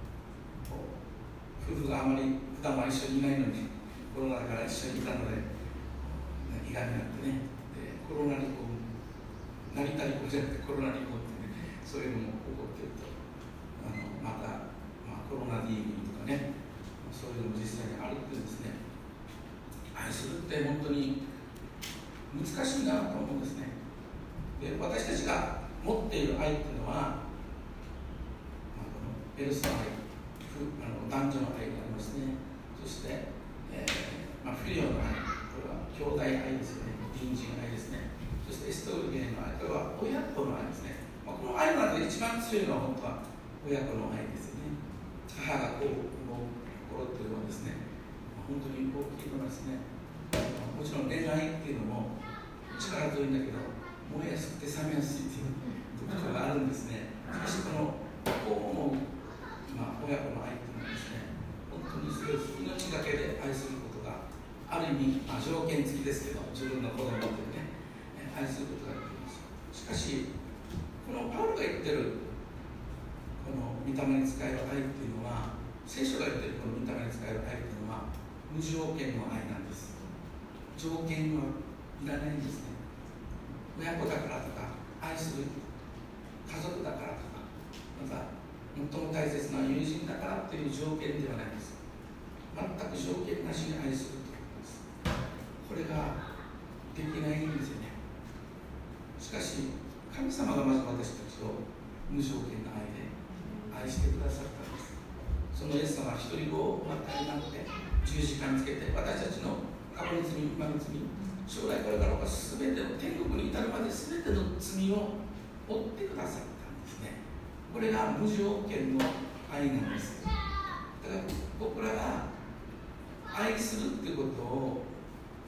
D: 夫婦があまり普段は一緒にいないのにコロナだから一緒にいたのでいがみ合ってね、でコロナ離婚、成田離婚じゃなくてコロナ離婚ってね、そういうのも起こっていると、また、コロナ DV とかね、そういうのも実際にあるっていうんですね。愛するって本当に難しいなと思うんですね。で、私たちが持っている愛っていうのは、このエルスの愛、男女の愛がありますね。そして、フィリオの愛、これは兄弟愛ですよね。隣人愛ですね。そしてエストールゲーの愛、これは親子の愛ですね。この愛の中で一番強いのは本当は親子の愛ですよね。母がこう心っていうのはですね、本当に大きいのはですね、もちろん恋愛っていうのも力強いんだけど、燃えやすくて冷めやすいっていう特徴があるんですね。しかしこのこう思う、親子の愛っていうのはですね、本当にすごい命がけで愛することがある意味、条件付きですけど、自分の子供とね、愛することができます。しかしこのパウロが言ってるこの御霊に仕える愛っていうのは、聖書が言ってるこの御霊に仕える愛っていうのは無条件の愛なんです。条件はいらないんですね。親子だからとか、愛する家族だからとか、また最も大切な友人だからという条件ではないです。全く条件なしに愛するということです。これができないんですよね。しかし神様がまず私たちを無条件の愛で愛してくださったんです。そのイエス様は一人子をお与えになって十字架につけて、私たちの過去の罪、今の罪、将来これから全ての天国に至るまで全ての罪を負ってくださったんですね。これが無条件の愛なんです。だから僕らが愛するってことを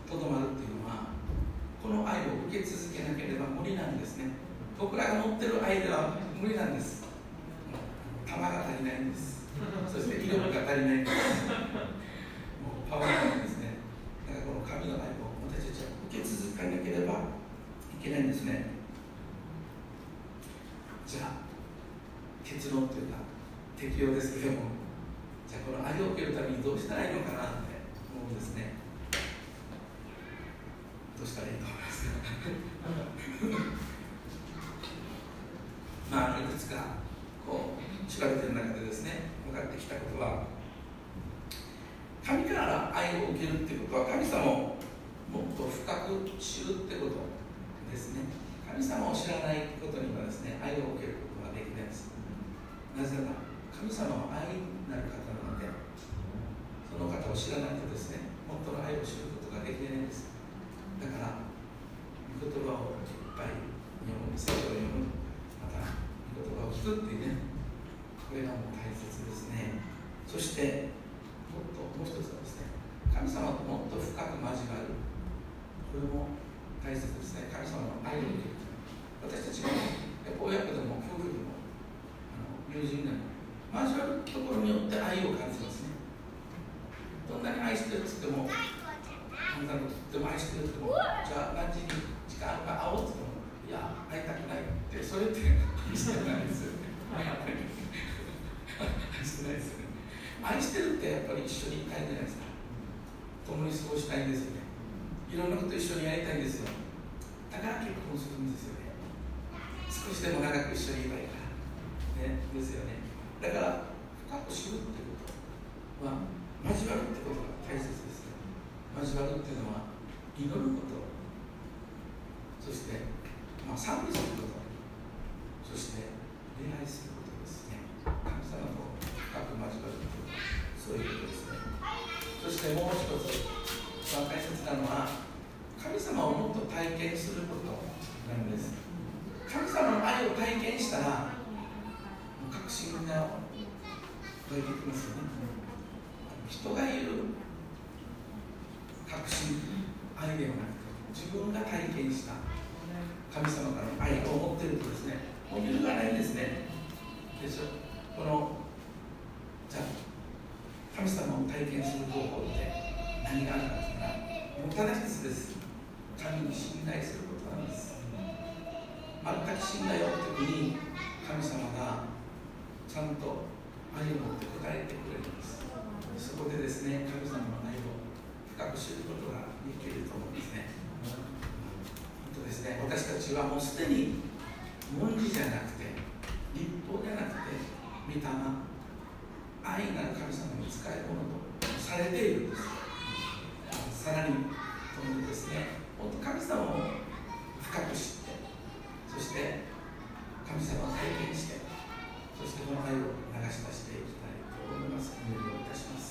D: とどまるっていうのは、この愛を受け続けなければ無理なんですね。僕らが持ってる愛では無理なんです。玉が足りないんです。そして威力が足りないんです。もうパワーがないんですね。だからこの神の愛を私たちは受け続けなければいけないんですね。じゃあ結論というか適用ですけども、じゃあこの愛を受けるためにどうしたらいいのかなって思うんですね。どうしたらいいと思いますかまあいくつかこう調べてる中でですね、分かってきたことは、神から愛を受けるっていうことは、神様をもっと深く知るってことですね。神様を知らないことにはですね、愛を受けることができないです。なぜなら神様は愛になる方なので、その方を知らないとですね、本当の愛を知ることができないんです。だから御言葉をいっぱい読む、聖書を読む、また御言葉を聞くっていうね、これがもう大切ですね。そしてもう一つはですね、神様ともっと深く交わる、これも大切ですね。神様の愛を受ける。私たちがやっぱ親子でも夫婦でも友人でも交わるところによって愛を感じますね。どんなに愛してるって言っても、あんたのとっても愛してるって言っても、じゃあ何時に時間が会おうって言っても、いや会いたくないって、それって愛してないですよね。愛してないですよね。愛してるってやっぱり一緒にいたいじゃないですか。共に過ごしたいんですよね。いろんなこと一緒にやりたいんですよ。だから結婚するんですよね。少しでも長く一緒にいればいいから、ね、ですよね。だから深く知るってことは、交わるってことが大切ですよ。交わるっていうのは祈ること、そして、賛美すること、そして礼拝することですね。神様と深く交わること、そういうことですね。そしてもう一つ、大切なのは神様をもっと体験することなんです。神様の愛を体験したら確信が湧いてきますよね。人が言う確信、愛ではなくて自分が体験した神様からの愛を持っているとですね、もう揺るがないんですね。でしょ。じゃあ神様を体験する方法って何があるかというのは、ただ一つです。神に信頼することなんです。全く信頼を置くときに神様がちゃんと愛を持って答えてくれるんです。そこでですね、神様の愛を深く知ることができると思うんですね。本当ですね、私たちはもうすでに文字じゃなくて立法じゃなくて御霊、愛なる神様に仕えるものとされているんです。さらに共にですね、もっと神様を深く知って、そして神様を体験して、そしてこの愛を流し出していきたいと思います。お願いいたします。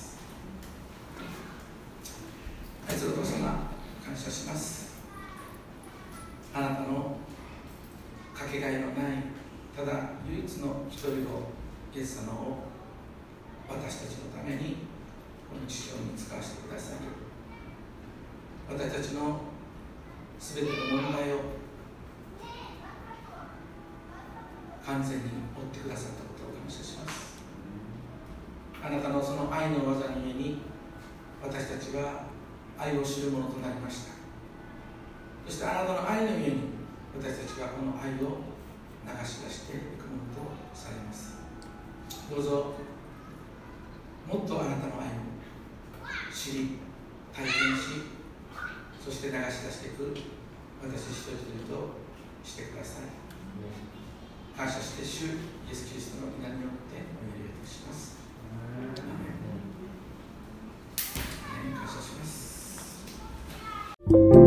D: 愛するお父様、感謝します。あなたのかけがえのない、ただ唯一の一人をイエス様を私たちのためにこの地上に使わせてください。私たちのすべての問題を完全に追ってくださったことを感謝します。あなたのその愛の技にゆえに私たちは愛を知るものとなりました。そしてあなたの愛のゆえに私たちはこの愛を流し出していくものとされます。どうぞもっとあなたの愛を知り体験し、そして流し出していく私一人一人としてください。感謝して主イエス・キリストの皆によってお祈りをいたします。感謝します。